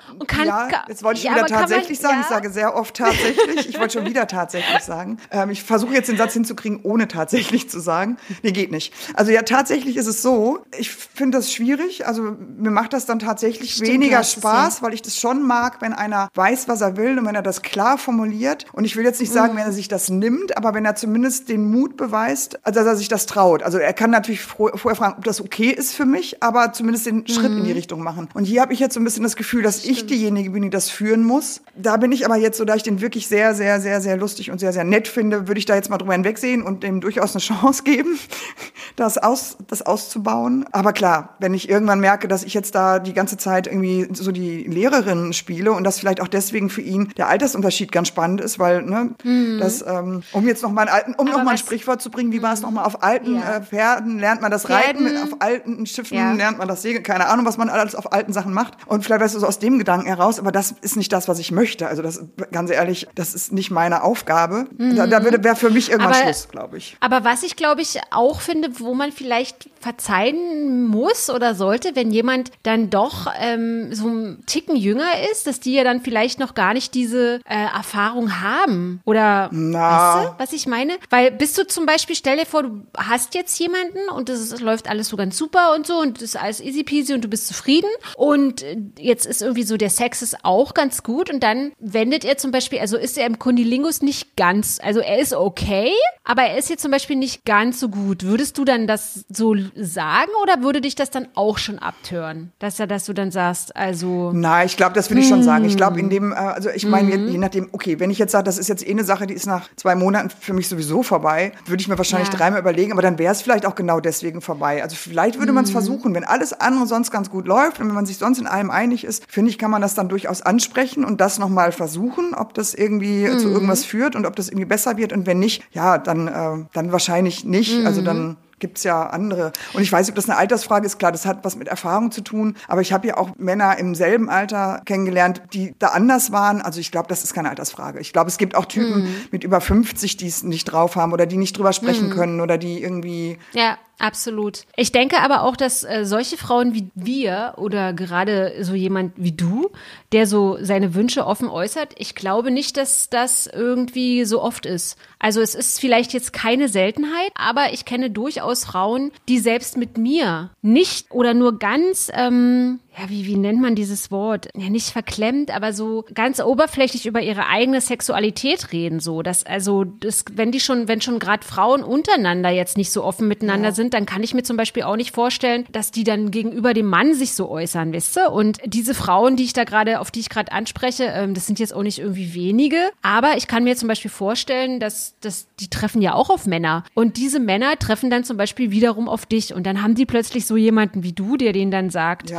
jetzt wollte ich wieder tatsächlich sagen, ich sage sehr oft tatsächlich, ich wollte schon wieder tatsächlich sagen. Ich versuche jetzt den Satz hinzukriegen, ohne tatsächlich zu sagen. Nee, geht nicht. Also ja, tatsächlich ist es so, ich finde das schwierig, also mir macht das dann tatsächlich weniger Spaß, weil ich das schon mag, wenn einer weiß, was er will und wenn er das klar formuliert. Und ich will jetzt nicht sagen, wenn er sich das nimmt, aber wenn er zumindest den Mut beweist, also dass er sich das traut. Also er kann natürlich vorher fragen, ob das okay ist für mich, aber zumindest den Schritt in die Richtung machen. Und hier habe ich jetzt so ein bisschen das Gefühl, dass ich diejenige bin, die das führen muss. Da bin ich aber jetzt so, da ich den wirklich sehr, sehr, sehr, sehr lustig und sehr, sehr nett finde, würde ich da jetzt mal drüber hinwegsehen und dem durchaus eine Chance geben, das auszubauen. Aber klar, wenn ich irgendwann merke, dass ich jetzt da die ganze Zeit irgendwie so die Lehrerin spiele und das vielleicht auch deswegen für ihn der Altersunterschied ganz spannend ist, weil, das, um jetzt noch mal ein Sprichwort zu bringen, wie war es nochmal, auf alten Pferden lernt man das Reiten, auf alten Schiffen lernt man das Segeln, keine Ahnung, was man alles auf alten Sachen macht. Und vielleicht weißt du so aus dem Gedanken heraus, aber das ist nicht das, was ich möchte. Also das, ganz ehrlich, das ist nicht meine Aufgabe. Da wäre für mich irgendwann Schluss, glaube ich. Aber was ich, glaube ich, auch finde, wo man vielleicht verzeihen muss oder sollte, wenn jemand dann doch so ein Ticken jünger ist, dass die ja dann vielleicht noch gar nicht diese Erfahrung haben. Oder, weißt du, was ich meine? Weil bist du zum Beispiel, stell dir vor, du hast jetzt jemanden und das läuft alles so ganz super und so und das ist alles easy peasy und du bist zufrieden und jetzt ist irgendwie so, der Sex ist auch ganz gut und dann wendet er zum Beispiel, also ist er im Kundilingus nicht ganz, also er ist okay, aber er ist jetzt zum Beispiel nicht ganz so gut. Würdest du dann das so sagen oder würde dich das dann auch schon abtören? Dass du dann sagst, also... Nein, ich glaube, das würde ich schon sagen. Ich glaube, in dem, also ich meine, je nachdem, okay, wenn ich jetzt sage, das ist jetzt eine Sache, die ist nach 2 Monaten für mich sowieso vorbei, würde ich mir wahrscheinlich dreimal überlegen, aber dann wäre es vielleicht auch genau deswegen vorbei. Also vielleicht würde man es versuchen, wenn alles andere sonst ganz gut läuft und wenn man sich sonst in allem einig ist, finde ich, kann man das dann durchaus ansprechen und das nochmal versuchen, ob das irgendwie zu irgendwas führt und ob das irgendwie besser wird und wenn nicht, ja, dann wahrscheinlich nicht. Also dann gibt's ja andere. Und ich weiß nicht, ob das eine Altersfrage ist. Klar, das hat was mit Erfahrung zu tun. Aber ich habe ja auch Männer im selben Alter kennengelernt, die da anders waren. Also ich glaube, das ist keine Altersfrage. Ich glaube, es gibt auch Typen mit über 50, die es nicht drauf haben oder die nicht drüber sprechen können oder die irgendwie... Ja. Absolut. Ich denke aber auch, dass solche Frauen wie wir oder gerade so jemand wie du, der so seine Wünsche offen äußert, ich glaube nicht, dass das irgendwie so oft ist. Also es ist vielleicht jetzt keine Seltenheit, aber ich kenne durchaus Frauen, die selbst mit mir nicht oder nur ganz, wie nennt man dieses Wort? Ja, nicht verklemmt, aber so ganz oberflächlich über ihre eigene Sexualität reden, so. Wenn schon gerade Frauen untereinander jetzt nicht so offen miteinander sind, dann kann ich mir zum Beispiel auch nicht vorstellen, dass die dann gegenüber dem Mann sich so äußern, wisst ihr? Und diese Frauen, auf die ich gerade anspreche, das sind jetzt auch nicht irgendwie wenige, aber ich kann mir zum Beispiel vorstellen, dass die treffen ja auch auf Männer. Und diese Männer treffen dann zum Beispiel wiederum auf dich. Und dann haben die plötzlich so jemanden wie du, der denen dann sagt,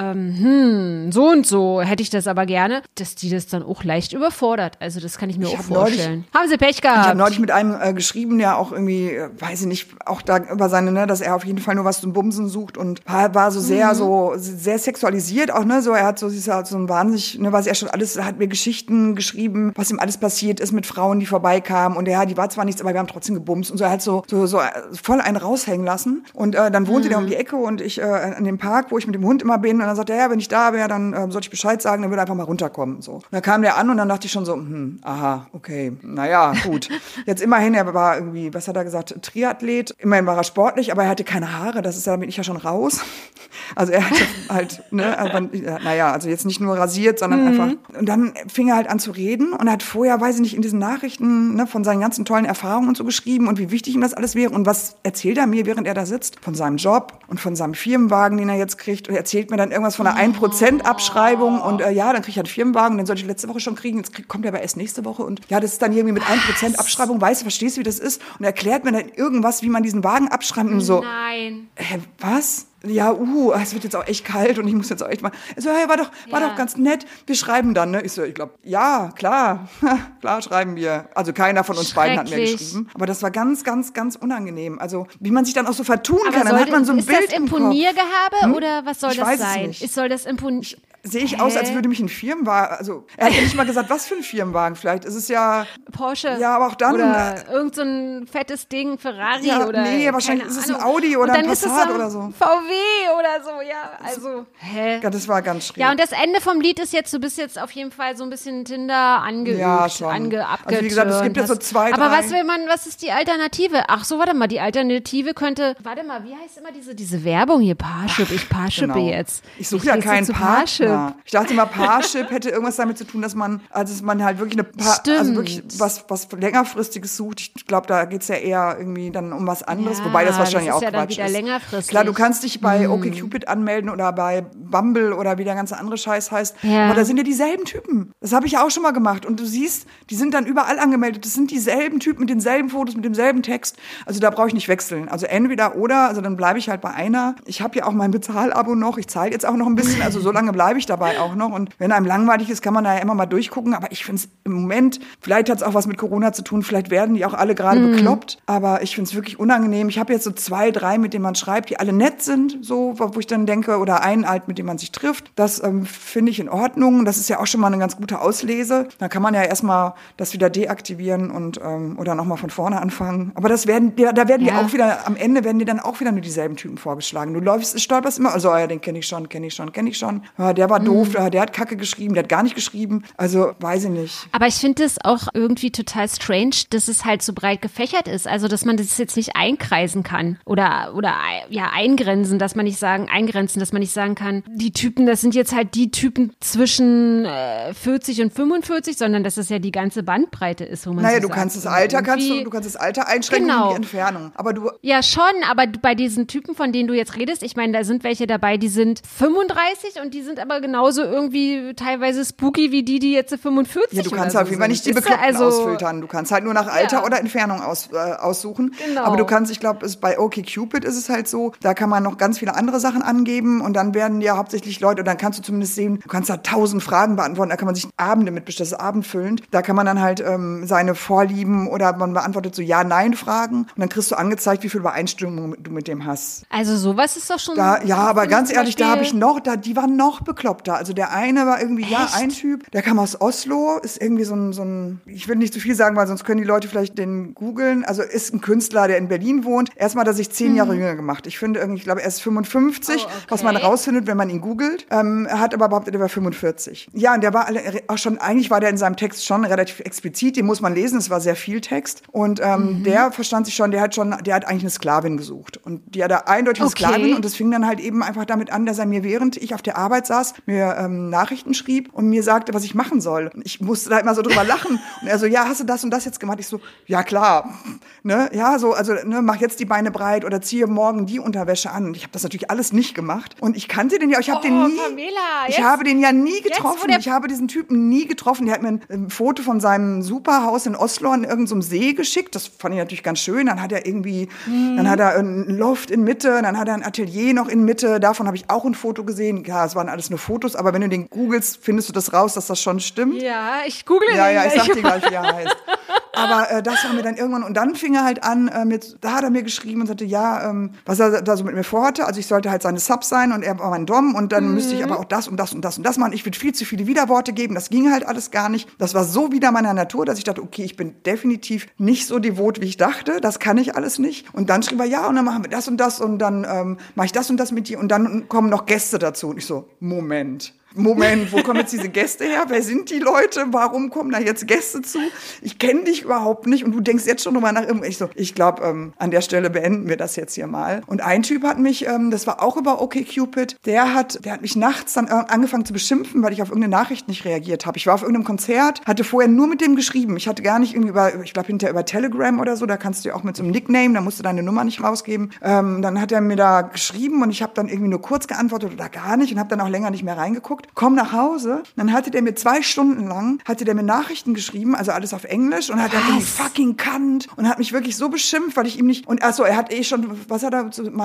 so und so hätte ich das aber gerne, dass die das dann auch leicht überfordert. Also das kann ich mir auch vorstellen. Haben sie Pech gehabt? Ich habe neulich mit einem geschrieben, der auch irgendwie, weiß ich nicht, auch da über seine, dass er auf jeden Fall nur was zum Bumsen sucht und war so sehr sexualisiert auch, ne, so er hat so ein wahnsinnig, ne, was er schon alles, hat mir Geschichten geschrieben, was ihm alles passiert ist mit Frauen, die vorbeikamen und die war zwar nichts, aber wir haben trotzdem gebumst und so, er hat so voll einen raushängen lassen und dann wohnte der um die Ecke und ich an dem Park, wo ich mit dem Hund immer bin und dann sagt er, ja, wenn ich da wäre, dann sollte ich Bescheid sagen, dann würde er einfach mal runterkommen, so. Und dann kam der an und dann dachte ich schon so, aha, okay, naja, gut. Jetzt immerhin, er war irgendwie, was hat er gesagt, Triathlet, immerhin war er sportlich, aber er hatte keine Haare, da bin ich ja schon raus. Also er hatte halt, ne, also jetzt nicht nur rasiert, sondern einfach. Und dann fing er halt an zu reden und hat vorher, weiß ich nicht, in diesen Nachrichten, ne, von seinen ganzen tollen Erfahrungen und so geschrieben und wie wichtig ihm das alles wäre und was erzählt er mir, während er da sitzt, von seinem Job und von seinem Firmenwagen, den er jetzt kriegt und er erzählt mir dann irgendwas von einer 1% Abschreibung und dann kriege ich einen Firmenwagen, den sollte ich letzte Woche schon kriegen, jetzt kommt er aber erst nächste Woche und ja, das ist dann irgendwie mit 1% Abschreibung, verstehst du, wie das ist? Und er erklärt mir dann irgendwas, wie man diesen Wagen abschreibt und so. Nein. Was? Ja, es wird jetzt auch echt kalt und ich muss jetzt auch echt mal. So, hey, war doch ganz nett. Wir schreiben dann, ne? Ich glaube, ja, klar, klar schreiben wir. Also keiner von uns beiden hat mehr geschrieben. Aber das war ganz, ganz, ganz unangenehm. Also wie man sich dann auch so vertun kann. Dann hat man so ein Bild im Kopf. Ist das Imponiergehabe oder was soll das sein? Soll das sehe ich aus, als würde mich ein Firmenwagen, also er hat ja nicht mal gesagt, was für ein Firmenwagen, vielleicht ist es ja Porsche ja, aber auch dann oder irgend so ein fettes Ding, Ferrari oder nee, wahrscheinlich ist es ein Audi oder ein Passat oder so. VW oder so, ja, also Ja, das war ganz schräg. Ja, und das Ende vom Lied ist jetzt, du bist jetzt auf jeden Fall so ein bisschen Tinder angeübt, Also wie gesagt, es gibt ja so 2, 3. Aber was ist die Alternative? Ach so, warte mal, die Alternative könnte, wie heißt immer diese Werbung hier, Parship, ich Parshippe jetzt. Ich suche ja keinen Partner. Ich dachte immer, Parship hätte irgendwas damit zu tun, dass man halt wirklich also wirklich was längerfristiges sucht. Ich glaube, da geht's ja eher irgendwie dann um was anderes, wobei das wahrscheinlich auch Quatsch ist. Dann wieder längerfristig. Klar, du kannst dich bei OkCupid anmelden oder bei Bumble oder wie der ganze andere Scheiß heißt, aber da sind ja dieselben Typen. Das habe ich ja auch schon mal gemacht und du siehst, die sind dann überall angemeldet. Das sind dieselben Typen mit denselben Fotos, mit demselben Text. Also da brauche ich nicht wechseln. Also entweder oder, also dann bleibe ich halt bei einer. Ich habe ja auch mein Bezahlabo noch. Ich zahle jetzt auch noch ein bisschen, also so lange bleibe ich dabei auch noch. Und wenn einem langweilig ist, kann man da ja immer mal durchgucken. Aber ich finde es im Moment, vielleicht hat es auch was mit Corona zu tun, vielleicht werden die auch alle gerade bekloppt. Aber ich finde es wirklich unangenehm. Ich habe jetzt so 2, 3, mit denen man schreibt, die alle nett sind, so, wo ich dann denke, oder einen halt, mit dem man sich trifft. Das finde ich in Ordnung. Das ist ja auch schon mal eine ganz gute Auslese. Dann kann man ja erstmal das wieder deaktivieren und oder nochmal von vorne anfangen. Aber da werden die auch wieder, am Ende werden dir dann auch wieder nur dieselben Typen vorgeschlagen. Du stolperst immer, also den kenne ich schon. Ja, der war doof, der hat Kacke geschrieben, der hat gar nicht geschrieben. Also, weiß ich nicht. Aber ich finde es auch irgendwie total strange, dass es halt so breit gefächert ist. Also, dass man das jetzt nicht einkreisen kann oder eingrenzen, dass man nicht sagen kann, die Typen, das sind jetzt halt die Typen zwischen 40 und 45, sondern dass es ja die ganze Bandbreite ist, wo man du kannst das Alter einschränken und die Entfernung. Aber ja, schon, aber bei diesen Typen, von denen du jetzt redest, ich meine, da sind welche dabei, die sind 35 und die sind aber genauso irgendwie teilweise spooky wie die jetzt 45 Ja, du kannst oder auf jeden Fall nicht die Bekloppten ausfiltern. Du kannst halt nur nach Alter oder Entfernung aussuchen. Genau. Aber du kannst, ich glaube, bei OkCupid ist es halt so, da kann man noch ganz viele andere Sachen angeben und dann werden ja hauptsächlich Leute, und dann kannst du zumindest sehen, du kannst da 1000 Fragen beantworten, da kann man sich Abende mit bestimmt, das ist abendfüllend. Da kann man dann halt seine Vorlieben oder man beantwortet so Ja-Nein-Fragen und dann kriegst du angezeigt, wie viel Übereinstimmung du mit dem hast. Also sowas ist doch schon... Ja, aber ganz ehrlich, da habe ich die waren noch bekloppter. Also der eine war irgendwie, ein Typ, der kam aus Oslo, ist irgendwie so ein, ich will nicht zu viel sagen, weil sonst können die Leute vielleicht den googeln. Also ist ein Künstler, der in Berlin wohnt. Erstmal hat er sich 10 Jahre jünger gemacht. Ich finde irgendwie, ich glaube, er ist 55, was man rausfindet, wenn man ihn googelt. Er hat aber behauptet, er war 45. Ja, und der war auch schon, eigentlich war der in seinem Text schon relativ explizit, den muss man lesen, es war sehr viel Text. Und der verstand sich schon, der hat eigentlich eine Sklavin gesucht. Und die hat da eindeutig eine Sklavin und das fing dann halt eben einfach damit an, dass er mir, während ich auf der Arbeit saß, mir Nachrichten schrieb und mir sagte, was ich machen soll. Und ich musste da immer so drüber lachen. Und er so, ja, hast du das und das jetzt gemacht? Ich so, ja klar. Ne? Ja, so, also mach jetzt die Beine breit oder ziehe morgen die Unterwäsche an. Und ich habe das natürlich alles nicht gemacht. Und ich kannte den ja, ich habe den ja nie getroffen. Ich habe diesen Typen nie getroffen. Der hat mir ein Foto von seinem Superhaus in Oslo an irgendeinem See geschickt. Das fand ich natürlich ganz schön. Dann hat er irgendwie, dann hat er ein Loft in Mitte, dann hat er ein Atelier noch in Mitte. Davon habe ich auch ein Foto gesehen. Ja, es waren alles nur Fotos, aber wenn du den googelst, findest du das raus, dass das schon stimmt. Ja, ich google den. Ja, ich sag dir gleich, wie er heißt. Aber das war mir dann irgendwann, und dann fing er halt an, da hat er mir geschrieben und sagte, ja, was er da so mit mir vorhatte. Also ich sollte halt seine Sub sein und er war mein Dom und dann müsste ich aber auch das und das und das und das machen. Ich würde viel zu viele Widerworte geben, das ging halt alles gar nicht. Das war so wider meiner Natur, dass ich dachte, okay, ich bin definitiv nicht so devot, wie ich dachte, das kann ich alles nicht. Und dann schrieb er, ja, und dann machen wir das und dann mache ich das und das mit dir und dann kommen noch Gäste dazu. Und ich so, Moment, wo kommen jetzt diese Gäste her? Wer sind die Leute? Warum kommen da jetzt Gäste zu? Ich kenne dich überhaupt nicht und du denkst jetzt schon drüber nach. Ich glaube, an der Stelle beenden wir das jetzt hier mal. Und ein Typ hat mich, das war auch über OkCupid, der hat mich nachts dann angefangen zu beschimpfen, weil ich auf irgendeine Nachricht nicht reagiert habe. Ich war auf irgendeinem Konzert, hatte vorher nur mit dem geschrieben. Ich hatte gar nicht irgendwie ich glaube hinterher über Telegram oder so, da kannst du ja auch mit so einem Nickname, da musst du deine Nummer nicht rausgeben. Dann hat er mir da geschrieben und ich habe dann irgendwie nur kurz geantwortet oder gar nicht und habe dann auch länger nicht mehr reingeguckt. Komm nach Hause, dann hatte der mir 2 Stunden lang, Nachrichten geschrieben, also alles auf Englisch und hat dann irgendwie fucking Kant und hat mich wirklich so beschimpft, weil ich ihm nicht, und er hat schon, was hat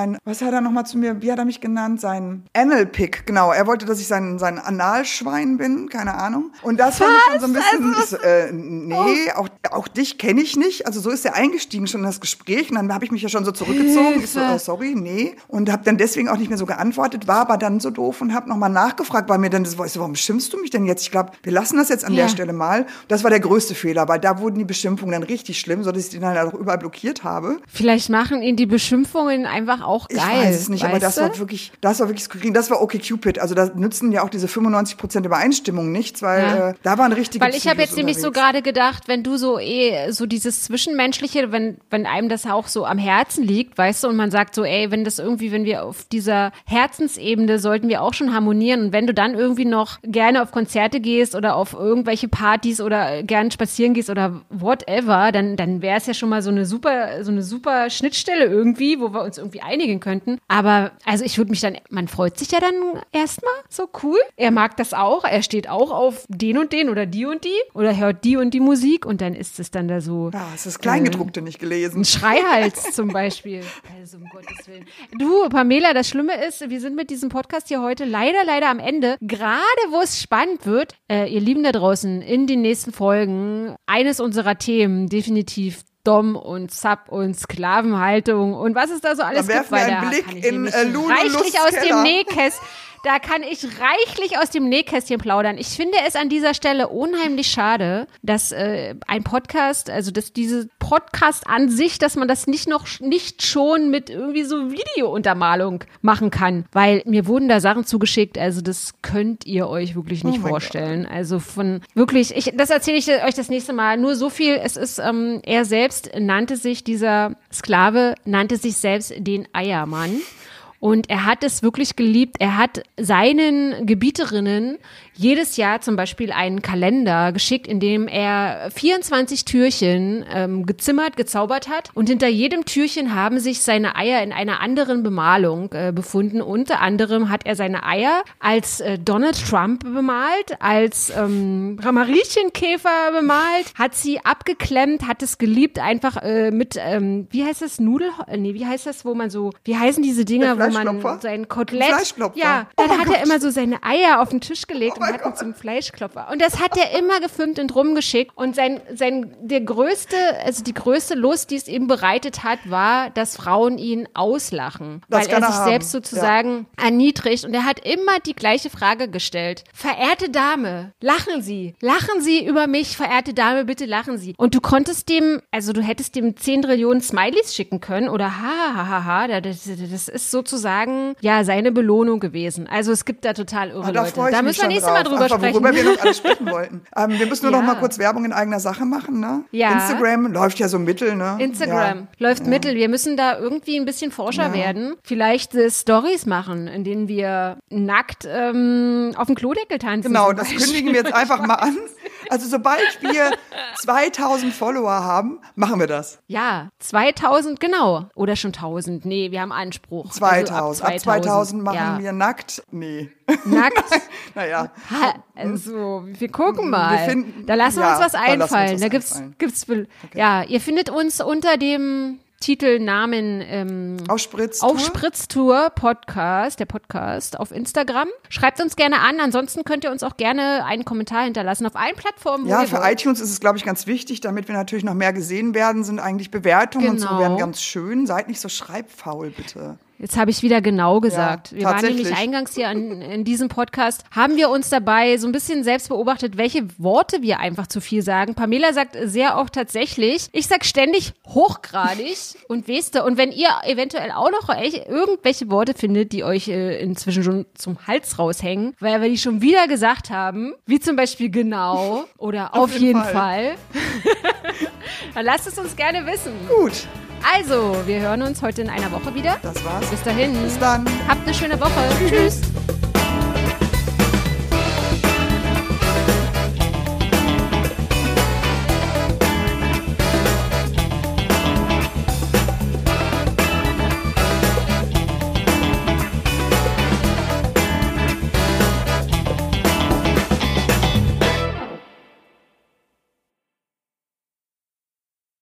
er nochmal zu mir, wie hat er mich genannt? Sein Anal-Pick, genau, er wollte, dass ich sein Analschwein bin, keine Ahnung. Und das fand ich schon so ein bisschen, auch dich kenne ich nicht, also so ist er eingestiegen schon in das Gespräch und dann habe ich mich ja schon so zurückgezogen, ich so, sorry, nee, und habe dann deswegen auch nicht mehr so geantwortet, war aber dann so doof und habe nochmal nachgefragt, weil mir dann das war, ich so, warum schimpfst du mich denn jetzt? Ich glaube, wir lassen das jetzt an der Stelle mal. Das war der größte Fehler, weil da wurden die Beschimpfungen dann richtig schlimm, sodass ich die dann auch überall blockiert habe. Vielleicht machen ihn die Beschimpfungen einfach auch geil. Ich weiß es nicht, aber das war wirklich skurril. Das war OkCupid. Also da nützen ja auch diese 95% Übereinstimmung nichts, weil da waren richtige Weil ich habe jetzt nämlich so gerade gedacht, wenn du so dieses Zwischenmenschliche, wenn einem das auch so am Herzen liegt, weißt du, und man sagt so, wenn wir auf dieser Herzensebene sollten wir auch schon harmonieren und wenn du dann irgendwie noch gerne auf Konzerte gehst oder auf irgendwelche Partys oder gerne spazieren gehst oder whatever, dann wäre es ja schon mal so eine super Schnittstelle irgendwie, wo wir uns irgendwie einigen könnten. Aber also ich würde mich dann, man freut sich ja dann erstmal, so cool. Er mag das auch, er steht auch auf den und den oder die und die oder hört die und die Musik und dann ist es dann da so. Ja, es ist Kleingedruckte nicht gelesen. Ein Schreihals zum Beispiel. Also um Gottes Willen. Du, Pamela, das Schlimme ist, wir sind mit diesem Podcast hier heute leider am Ende. Gerade wo es spannend wird, ihr Lieben da draußen, in den nächsten Folgen, eines unserer Themen, definitiv Dom und Sub und Sklavenhaltung und was es da so alles gibt, weil da kann ich nämlich reichlich aus dem Nähkästchen. Da kann ich reichlich aus dem Nähkästchen plaudern. Ich finde es an dieser Stelle unheimlich schade, dass ein Podcast, also dass diese Podcast an sich, dass man das nicht schon mit irgendwie so Videountermalung machen kann, weil mir wurden da Sachen zugeschickt, also das könnt ihr euch wirklich nicht vorstellen. Also von wirklich, das erzähle ich euch das nächste Mal, nur so viel, es ist, er selbst dieser Sklave nannte sich selbst den Eiermann. Und er hat es wirklich geliebt. Er hat seinen Gebieterinnen jedes Jahr zum Beispiel einen Kalender geschickt, in dem er 24 Türchen gezaubert hat. Und hinter jedem Türchen haben sich seine Eier in einer anderen Bemalung befunden. Unter anderem hat er seine Eier als Donald Trump bemalt, als Marienchenkäfer bemalt, hat sie abgeklemmt, hat es geliebt, einfach mit, wie heißt das, wie heißt das, wo man so, wie heißen diese Dinger, wo man sein Kotelett, Fleischklopfer. Ja, dann hat er immer so seine Eier auf den Tisch gelegt und hat ihn zum Fleischklopfer. Und das hat er immer gefilmt und rumgeschickt. Und die größte Lust, die es ihm bereitet hat, war, dass Frauen ihn auslachen, weil er sich selbst sozusagen erniedrigt. Und er hat immer die gleiche Frage gestellt. Verehrte Dame, lachen Sie über mich, verehrte Dame, bitte lachen Sie. Und du hättest dem 10 Trillionen Smileys schicken können oder das ist sozusagen, ja, seine Belohnung gewesen. Also es gibt da total irre Leute. Da müssen wir nächstes Mal drüber sprechen. Worüber wir noch alles sprechen wollten. Wir müssen nur noch mal kurz Werbung in eigener Sache machen, ne? Ja. Instagram läuft ja so mittel, ne? Instagram läuft mittel. Wir müssen da irgendwie ein bisschen Forscher werden. Vielleicht Stories machen, in denen wir nackt auf dem Klodeckel tanzen. Genau, das kündigen wir jetzt einfach mal an. Also sobald wir 2000 Follower haben, machen wir das. Ja, 2000, genau. Oder schon 1000. Nee, wir haben Anspruch. 2000. Also ab 2000 machen wir nackt. Nee. Nackt? Naja. Also, wir gucken mal. Da lassen wir uns was einfallen. Da gibt's okay. Ja, ihr findet uns unter dem Titelnamen Aufspritztour Podcast, der Podcast auf Instagram. Schreibt uns gerne an, ansonsten könnt ihr uns auch gerne einen Kommentar hinterlassen auf allen Plattformen. Ja, für iTunes ist es, glaube ich, ganz wichtig, damit wir natürlich noch mehr gesehen werden, sind eigentlich Bewertungen und so werden ganz schön. Seid nicht so schreibfaul, bitte. Jetzt habe ich wieder genau gesagt. Ja, wir waren nämlich eingangs hier in diesem Podcast, haben wir uns dabei so ein bisschen selbst beobachtet, welche Worte wir einfach zu viel sagen. Pamela sagt sehr oft tatsächlich, ich sag ständig hochgradig und Weste. Und wenn ihr eventuell auch noch irgendwelche Worte findet, die euch inzwischen schon zum Hals raushängen, weil wir die schon wieder gesagt haben, wie zum Beispiel genau oder auf jeden Fall, dann lasst es uns gerne wissen. Gut. Also, wir hören uns heute in einer Woche wieder. Das war's. Bis dahin. Bis dann. Habt eine schöne Woche. Tschüss.